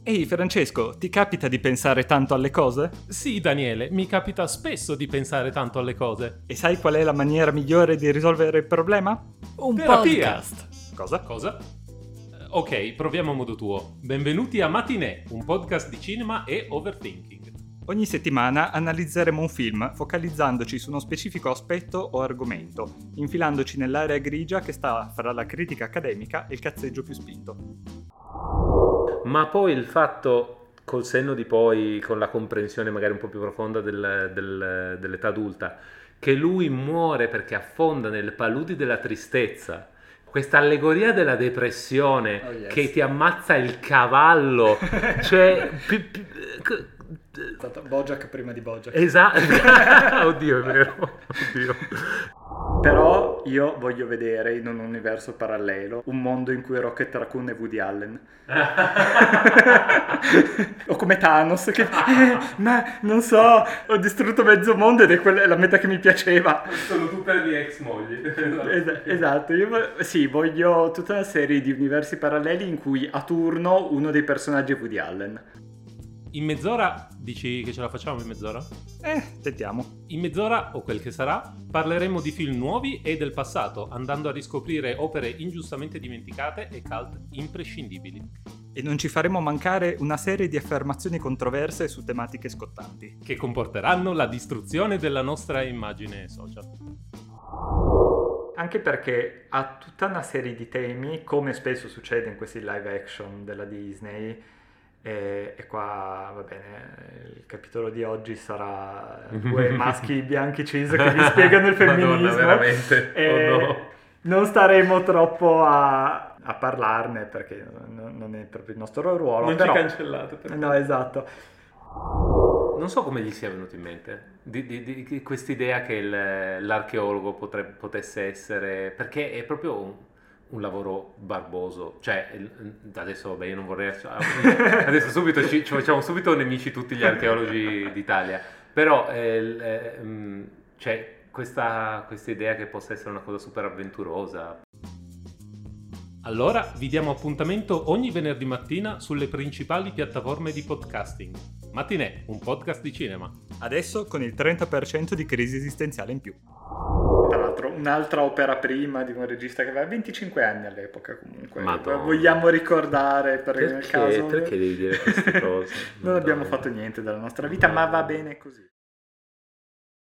Ehi Francesco, ti capita di pensare tanto alle cose? Sì, Daniele, mi capita spesso di pensare tanto alle cose. E sai qual è la maniera migliore di risolvere il problema? Un Terapia! podcast! Cosa? Cosa? Ok, proviamo a modo tuo. Benvenuti a Matinée, un podcast di cinema e overthinking. Ogni settimana analizzeremo un film focalizzandoci su uno specifico aspetto o argomento, infilandoci nell'area grigia che sta fra la critica accademica e il cazzeggio più spinto. Ma poi il fatto, col senno di poi, con la comprensione magari un po' più profonda dell'età adulta, che lui muore perché affonda nelle paludi della tristezza, questa allegoria della depressione, Oh, yes. che ti ammazza il cavallo, cioè... Bojack prima di Bojack. Esatto. Oddio, è vero. Oddio. Però io voglio vedere in un universo parallelo un mondo in cui Rocket Raccoon è Woody Allen. O come Thanos che ma non so, ho distrutto mezzo mondo ed è quella la meta che mi piaceva. Sono tutte le mie ex mogli. Esatto, sì, voglio tutta una serie di universi paralleli in cui a turno uno dei personaggi è Woody Allen. In mezz'ora, dici che ce la facciamo in mezz'ora? Tentiamo. In mezz'ora, o quel che sarà, parleremo di film nuovi e del passato, andando a riscoprire opere ingiustamente dimenticate e cult imprescindibili. E non ci faremo mancare una serie di affermazioni controverse su tematiche scottanti. Che comporteranno la distruzione della nostra immagine social. Anche perché ha tutta una serie di temi, come spesso succede in questi live action della Disney, e qua va bene, il capitolo di oggi sarà due maschi bianchi cis che vi spiegano il femminismo. Madonna, veramente. Oh no. Non staremo troppo a parlarne perché non è proprio il nostro ruolo. Non però... ci cancellate. Perché... No, esatto. Non so come gli sia venuto in mente di quest'idea che l'archeologo potesse essere, perché è proprio un lavoro barboso, cioè adesso vabbè io non vorrei adesso subito ci facciamo subito nemici tutti gli archeologi d'Italia, però c'è questa idea che possa essere una cosa super avventurosa. Allora vi diamo appuntamento ogni venerdì mattina sulle principali piattaforme di podcasting. Matinée, un podcast di cinema. Adesso con il 30% di crisi esistenziale in più. Tra l'altro un'altra opera prima di un regista che aveva 25 anni all'epoca comunque. Madonna. Vogliamo ricordare perché nel caso... Perché devi dire queste cose? Non abbiamo fatto niente della nostra vita, ma va bene così.